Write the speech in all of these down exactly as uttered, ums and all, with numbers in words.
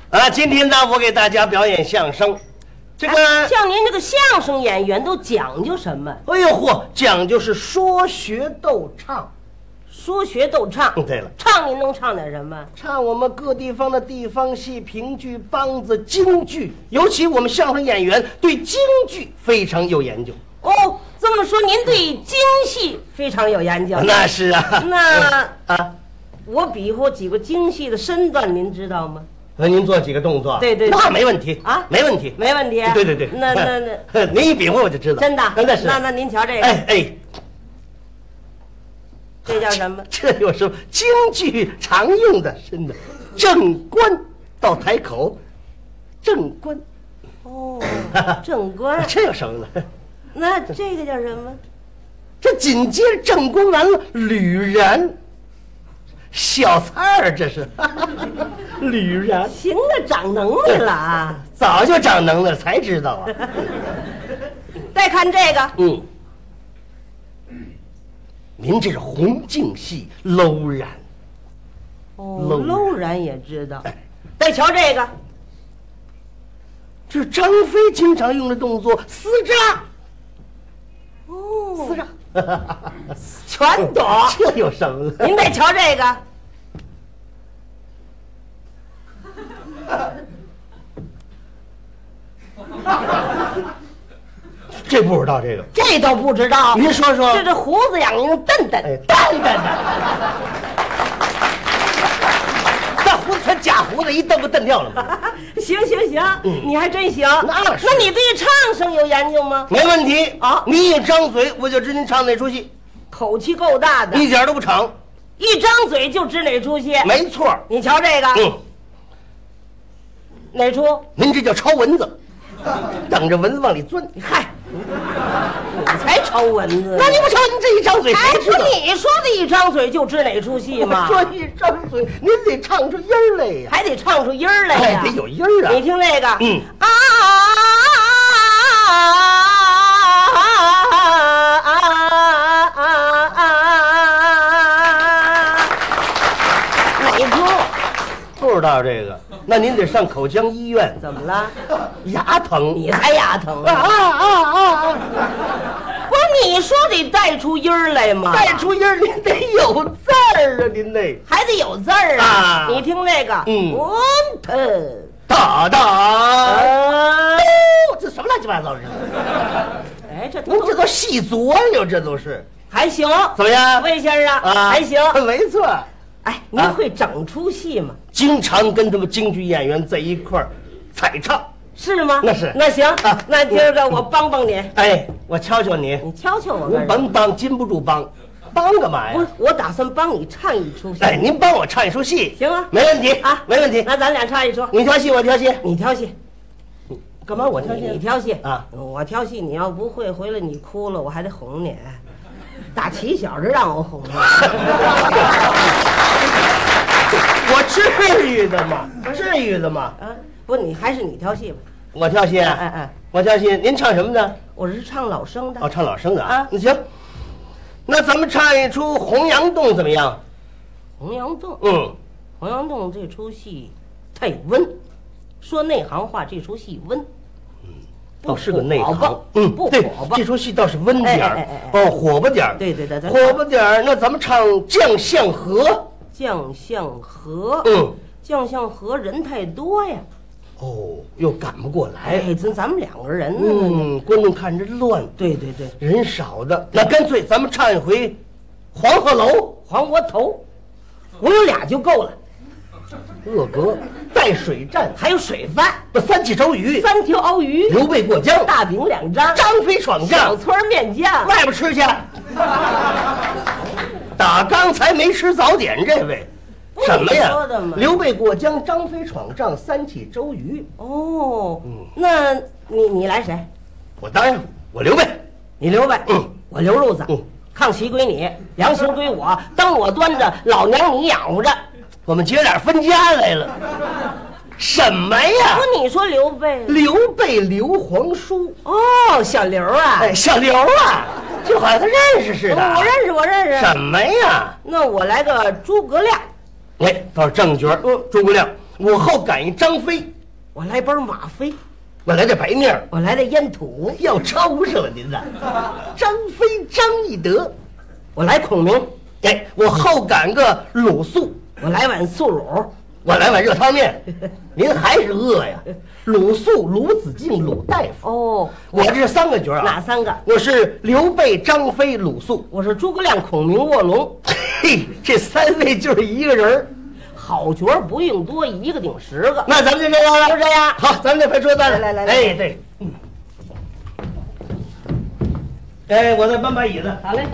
啊，今天呢，我给大家表演相声。这个、 哎、像您这个相声演员都讲究什么？ 哎呦嚯，讲究是说学逗唱。 说学逗唱。 嗯，对了， 唱您能唱点什么？ 唱我们各地方的地方戏、评剧、梆子、京剧，尤其我们相声演员对京剧非常有研究。 哦，这么说您对京戏非常有研究？ 那是啊。 那啊， 我比划几个京戏的身段，您知道吗？ 那您做几个动作？ 对对， 那没问题啊， 没问题， 没问题。 对对对， 那那那，您一比划我就知道。 真的？ 那是。 那那您瞧这个。 哎哎， 这叫什么？ 这有什么京剧常用的身段？正官到台口，正官。 哦，正官。 这有什么呢？ 那这个叫什么？ 这紧接着正官完了，吕然。小菜儿，这是吕然， 行啊，长能耐了啊！ 早就长能耐了，才知道啊。 再看这个， 嗯，您这是红净戏搂然， 哦，搂然也知道。再瞧这个， 这是张飞经常用的动作，丝扎。 哦， 丝扎。 全懂， 这有什么了？ 您再瞧这个， 这不知道这个， 这都不知道。 您说说， 这这胡子养您瞪瞪， 哎，瞪瞪的，那胡子全假胡子，一瞪不瞪掉了吗？ 行行行，嗯、你还真行。 那是。 那你对唱声有研究吗？ 没问题啊！ 你一张嘴，我就知您唱哪出戏。 口气够大的， 一点都不长， 一张嘴就知哪出戏。 没错。 你瞧这个， 嗯， 哪出？ 您这叫抄蚊子，等着蚊子往里钻。 嗨，你才抄蚊子。 那你不瞧您这一张嘴， 还不你说的一张嘴就知哪出戏吗？ 说一张嘴，您得唱出音儿来呀， 还得唱出音儿来呀， 得有音儿啊。 你听这个， 嗯啊。 不知道这个，那您得上口腔医院。 怎么了？ 牙疼？ 你才牙疼啊啊啊啊！ 不是你说得带出音儿来吗？ 带出音儿，您得有字儿啊，您得还得有字儿啊。 啊你听这个， 嗯， 滚腾哒哒， 呃， 这什么乱七八糟的？ 哎，这您这都细琢磨，这都是还行， 怎么样？ 魏先生啊， 还行， 没错。 哎，您会整出戏吗？ 经常跟他们京剧演员在一块儿彩唱， 是吗？ 那是。 那行啊， 那今儿个我帮帮你。 哎，我敲敲你， 你敲敲我我甭帮，禁不住帮，帮干嘛呀？ 我我打算帮你唱一出戏。 哎，您帮我唱一出戏， 行啊， 没问题啊， 没问题。 那咱俩唱一出， 你挑戏，我挑戏， 你挑戏。 干嘛我挑戏？ 你挑戏啊， 我挑戏。你要不会，回来你哭了，我还得哄你。打起小就让我哄了。 我至于的吗？至于的吗？ 啊，不，你还是你挑戏吧。 我挑戏， 哎哎哎， 我挑戏。您唱什么的？ 我是唱老生的。 哦，唱老生的啊。 那行，那咱们唱一出《洪阳洞》怎么样？ 洪阳洞。 嗯， 洪阳洞这出戏太温，说内行话，这出戏温。 嗯，倒是个内行。 嗯，不对， 火爆。 这出戏倒是温点儿，哦，火爆点儿。 对对对， 火爆点儿。那咱们唱《将相和》。 将相和。 嗯， 将相和人太多呀。 哦，又赶不过来。 哎，咱咱们两个人呢。 嗯，观众看着乱。 对对对， 人少的，那干脆咱们唱一回《黄鹤楼》。 黄窝头，我有俩就够了。 鄂阁带水战， 还有水饭， 不三起周瑜， 三条鳌鱼， 刘备过江， 大饼两张， 张飞闯将， 小村面酱， 外边吃去。打刚才没吃早点，这位什么呀？刘备过江，张飞闯帐，三起周瑜。 哦，嗯，那你你来谁？ 我当然我刘备， 你刘备， 嗯， 我刘褥子， 嗯， 炕席归你，粮食归我，灯我端着，老娘你养活着。 我们姐俩分家来了。什么呀？ 不，你说刘备？ 刘备刘皇叔。 哦，小刘啊， 哎，小刘啊，就好像他认识似的。 哦，我认识，我认识。 什么呀？ 那我来个诸葛亮。 哎，倒是正角。嗯，诸葛亮， 我好赶一张飞， 我来本马飞， 我来点白面儿， 我来点烟土， 要抄上了您呐。张飞张翼德， 我来孔明， 哎，我好赶个鲁肃， 我来碗素卤， 我来碗热汤面。您还是饿呀？鲁肃、鲁子敬、鲁大夫。 哦， 我这是三个角啊。 哪三个？ 我是刘备、张飞、鲁肃。 我是诸葛亮、孔明、卧龙。 嘿，这三位就是一个人儿。 好角儿不用多，一个顶十个。 那咱们就这样了， 就这样。 好，咱们这排桌子。来来来来， 哎，对，嗯。哎，我再搬把椅子。 好嘞。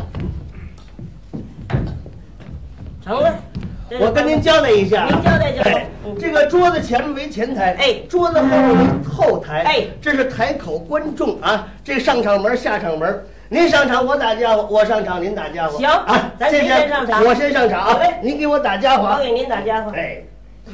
成了。 我跟您交代一下， 您交代交代。 哎，这个桌子前面为前台， 哎， 桌子后面为后台， 哎， 这是台口观众啊，这上场门下场门。您上场我打家伙，我上场您打家伙。 行啊， 咱谁先上场？ 我先上场啊！您给我打家伙， 我给您打家伙。 哎，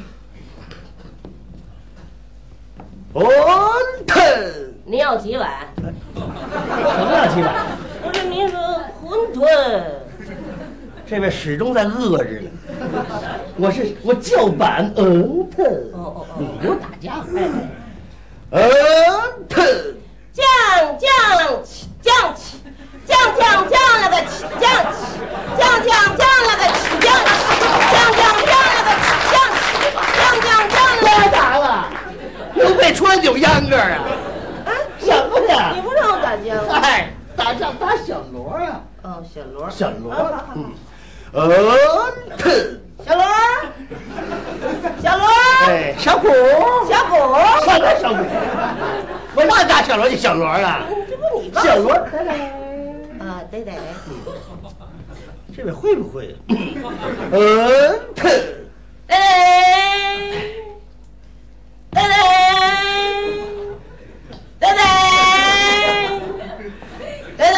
哦，腾， 您要几碗？ 什么叫几碗？ 不是您说馄饨。 这位始终在饿着呢。我是我叫板，嗯腾。 哦哦哦， 你给我打家伙。 哎， 嗯腾。 酱酱起酱起酱酱酱了个起酱起酱酱酱了个起酱起酱酱酱了个起酱起酱酱酱了别打了，刘备出来有秧歌啊！ 啊， 什么呀？ 你不让我打架吗？ 哎，打仗打小锣啊！ 哦，小罗， 小锣，嗯，呃，腾， 小罗，小罗， 哎，小鼓， 小鼓， 什么小鼓？我哪打小锣就小锣啊？ 这不你告诉小锣， 啊，对对， 这位会不会？呃，腾， 哎，哎哎，哎哎，哎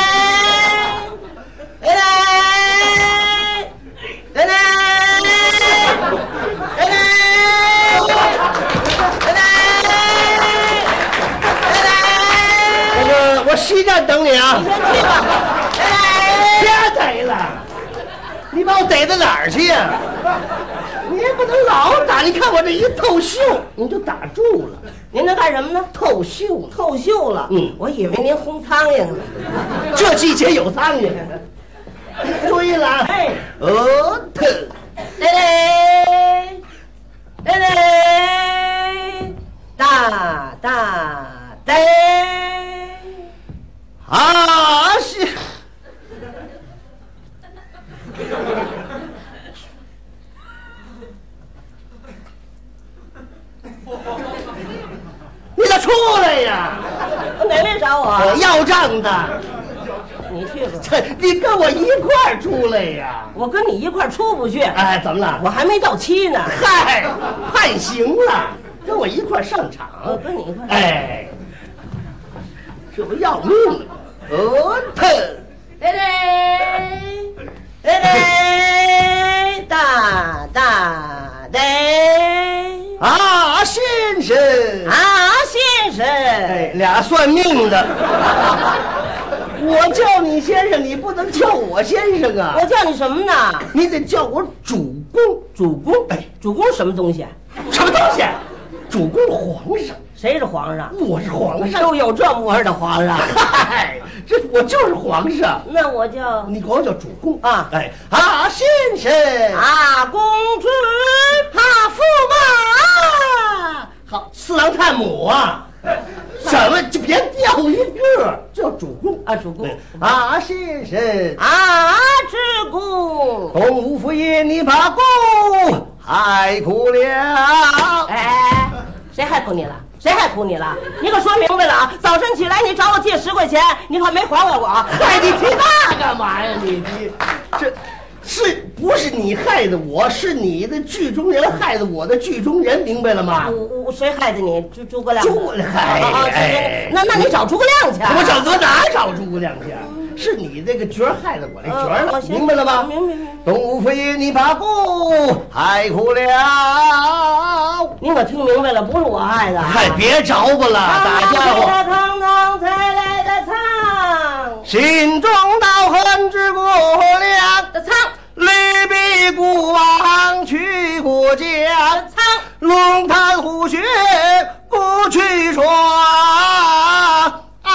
我西站等你啊！ 你先去吧。 别逮了，你把我逮到哪儿去呀？你也不能老打，你看我这一透袖，你就打住了。 您这干什么呢？ 透袖， 透袖了。 嗯， 我以为您轰苍蝇呢。 这季节有苍蝇。注意了啊！ 哎， 哦，腾， 来来来来，大大呆。 啊是。你咋出来呀？ 哪位找我？ 我要账的。 你去吧。 这你跟我一块儿出来呀？ 我跟你一块儿出不去。 哎，怎么了？ 我还没到期呢。 嗨，判刑了，跟我一块儿上场。 我跟你一块儿。 哎，这不要命了吗？哦，腾， 来来来来，大大呆。 啊，先生， 啊，先生。 哎，俩算命的。我叫你先生，你不能叫我先生啊！ 我叫你什么呢？ 你得叫我主公。 主公。 哎， 主公什么东西？ 什么东西？主公皇上。 谁是皇上？ 我是皇上。 都有这模样的皇上。 嗨，这我就是皇上。 那我叫你管我叫主公啊。 哎，啊，先生， 啊，公主， 啊，驸马，好，四郎探母啊。什么就别掉一个，叫主公啊，主公啊，先生啊，主公， 东吴府尹你把公害苦了。 哎，谁害苦你了？谁害苦你了？你可说明白了啊！早晨起来你找我借十块钱，你可没还给我啊！ 哎，你提那干嘛呀？你你这。是不是你害的我？是你的剧中人害的我的剧中人，明白了吗？ 我我谁害的你？诸诸葛亮。 诸葛亮，哎， 那那你找诸葛亮去。 我找搁哪找诸葛亮去？是你这个角害了我这角了，明白了吗？ 明白明白。 东吴府尹你把公害苦了。 您可听明白了，不是我害的。 嗨，别着吧了，大家伙。 堂堂才来的苍， 心中恼恨之过量的苍。 离别故往去故乡， 苍龙潭虎穴不去闯啊！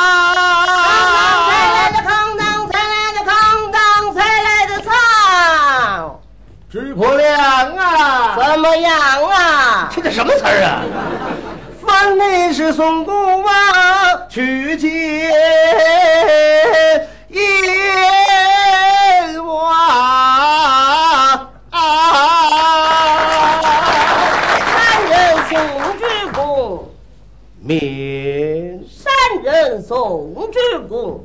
才来的扛当，才来的扛当，才来的唱， 质朴亮啊！ 怎么样啊？ 这个什么词儿啊？分明是宋公王去见燕王啊！ 山人宋之公， 免山人宋之公，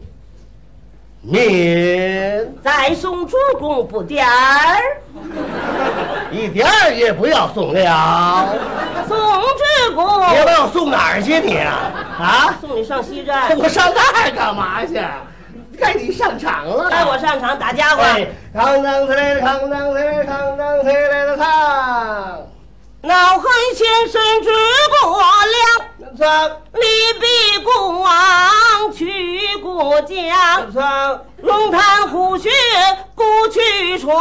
免再送主公不点儿， 一点儿也不要送了。 宋之公， 你把我送哪儿去你啊？啊？ 送你上西站， 我上那儿干嘛去？该你上场了。 该我上场打家伙。 哎，扛当起来的扛当起来的扛当起来的唱。 恼恨先生之过量， 唱力逼故王去过江， 唱龙潭虎穴不去闯。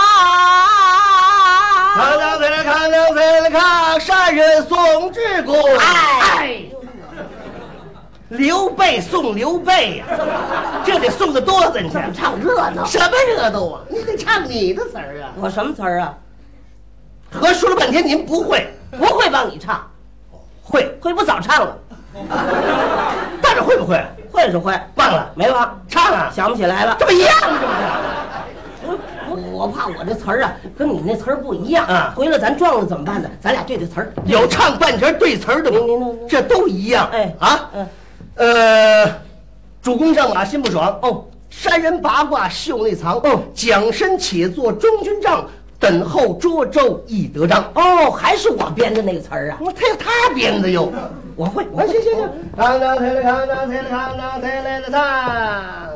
扛当起来扛当起来的扛，杀人宋之公。 哎， 刘备送刘备呀、这得送的多深去？ 唱热闹。 什么热闹啊？你得唱你的词儿啊！ 我什么词儿啊？ 和说了半天您不会， 不会帮你唱， 会会不早唱了。 大着会不会？ 会是会， 忘了没忘， 唱啊？ 想不起来了。 这不一样吗？ 我我我怕我这词儿啊跟你那词儿不一样啊回来咱撞了怎么办呢？咱俩对对词儿。 有唱半截对词儿的吗您您您？ 这都一样。 哎啊， 嗯呃，主公上马心不爽哦， 山人八卦袖内藏。 哦， 蒋身且坐中军帐，等候涿州易得章。 哦，还是我编的那个词儿啊？ 我他他编的哟。 我会，我啊， 会行行行，扛当起来扛当起来扛当起来的唱。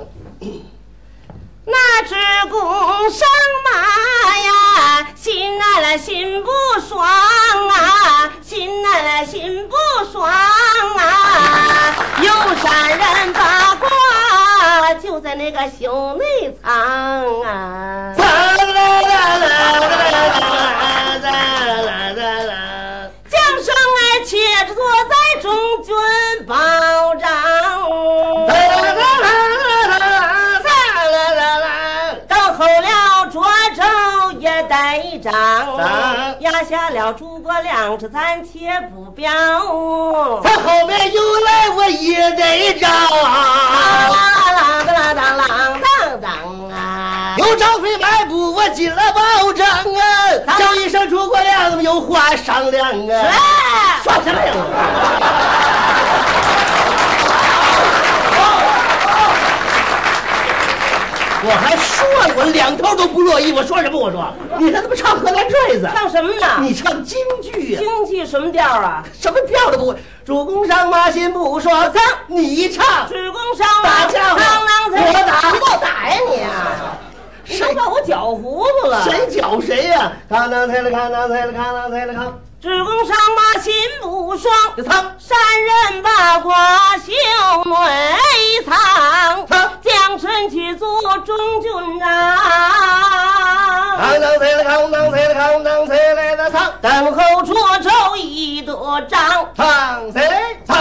那只公上马呀，心来了心不爽啊，心来了心不爽啊，有山人八卦就在那个袖内藏啊。 啦啦啦啦啦啦啦啦啦。 将生儿且坐在中军保障。后了涿州也带一仗，压下了诸葛亮，这暂且不表。 他后面又来我也得招， 啷当啷当啷当当啊！ 有张飞迈步我进了保障啊，叫一声诸葛亮有话商量啊。说什么呀？我还说了，我两头都不乐意。我说什么？我说你看他妈唱荷兰坠子， 唱什么呢？ 你唱京剧呀、啊？ 京剧什么调啊？ 什么调都不会。主公上马心不说脏，你唱。 主公上马， 打家伙， 我打， 你给我打呀你啊！谁把我搅糊涂了？ 谁搅谁呀？扛当踩了扛当踩了扛当踩了扛。 主公上马心不爽， 就唱山人八卦袖内藏，将身去做中军长。 扛当踩了扛当踩了扛当踩来的唱， 等候涿州易得章。 唱谁唱？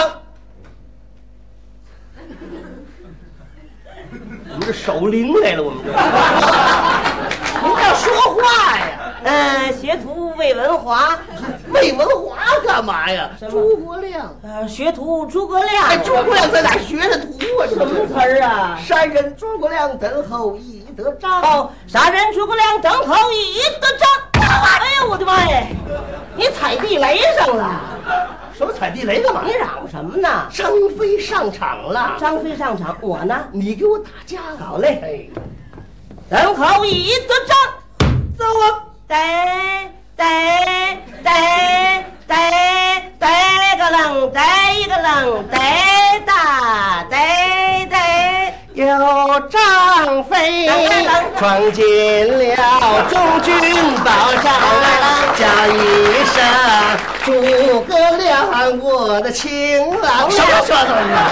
我们这守灵来了，我们这。您要说话呀？ 嗯，学徒魏文华。 魏文华干嘛呀？诸葛亮。 呃，学徒诸葛亮。 哎，诸葛亮在哪学的徒啊？ 什么词儿啊？ 山人诸葛亮等候易得章。 哦，杀人诸葛亮等候易得章。哎呀，我的妈呀！你踩地雷上了。 什么踩地雷干嘛？ 你嚷什么呢？ 张飞上场了。 张飞上场，我呢？ 你给我打架。 好嘞。等候易得章，走啊！逮逮逮逮逮个愣，逮一个愣，逮大逮逮。 有张飞闯进了中军保障，叫一声诸葛亮，我的情郎。什么说的呢？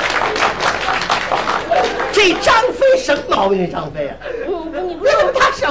这张飞什么毛病？这张飞啊！ 你你怎么大小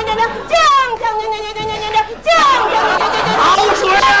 好水啊！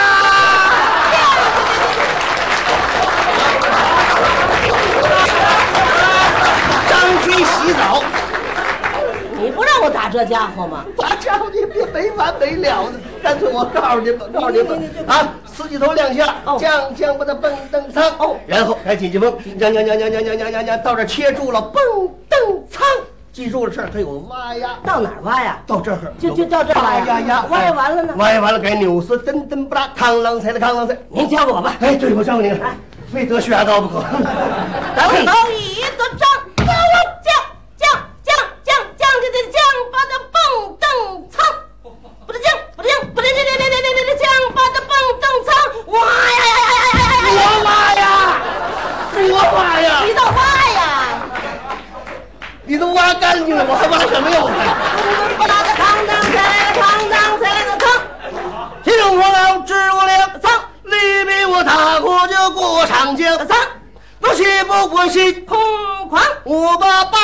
张飞洗澡， 你不让我打这家伙吗？ 打家伙你别没完没了的，干脆我告诉你们，告诉你们啊，四季头亮下，将将把它蹦蹬仓，哦，然后该紧急风，将将将将将将将将将到这切住了，蹦蹬仓。记住了，这儿可有挖呀， 到哪儿挖呀？ 到这儿就就到这儿挖呀呀， 挖完了呢？ 挖完了该扭丝，噔噔不拉，扛啷菜的扛啷菜。 您教我吧。 哎，对，我教你，非得血压高不可。 等到一个张，将将将将将将这这将把它蹦蹬仓，不得将不得将不得这这这这这这将把它蹦蹬仓，挖呀呀呀呀呀呀！ 我挖呀，我挖呀， 你倒挖呀！ 你都挖干净了，我还挖什么呀？我还把那个扛当起来了，扛当起来了，扛！ 天生我老知我了，仓里比我踏过就过长江， 仓不气不关心， 空狂， 我把宝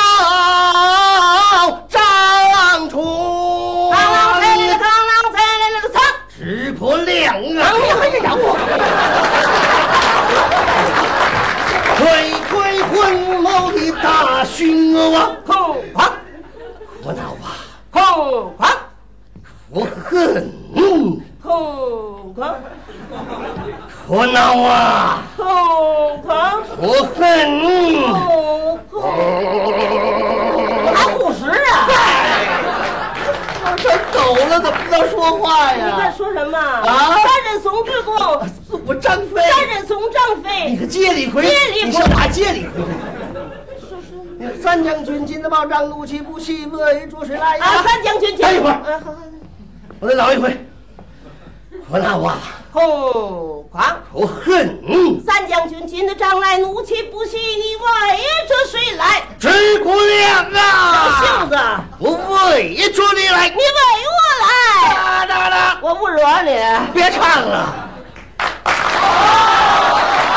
张出， 扛啷起来了，扛啷起来了，仓直破两啊！ 你还是咬我！ 快快混毛的大勋啊！ 空狂， 我恼啊！ 空狂， 我恨， 空狂， 我恼啊！ 空狂， 我恨， 空狂，还护食啊！ 我成狗了，怎么不能说话你在呀？ 说什么？ 啊三人怂之功， 我张飞， 三人怂张你飞。 个借李逵， 借李逵你是打借李逵。三将军进的报账，怒气不息，恶语逐水来呀！ 啊，三将军， 等一会儿啊，好好。 我再老一回。我恼啊！ 空狂， 我恨， 三将军进的帐来，怒气不息，你为着谁来？ 知姑娘啊！ 袖子， 我为着你来， 你为我来， 哒哒哒！ 我不惹你。 别唱了。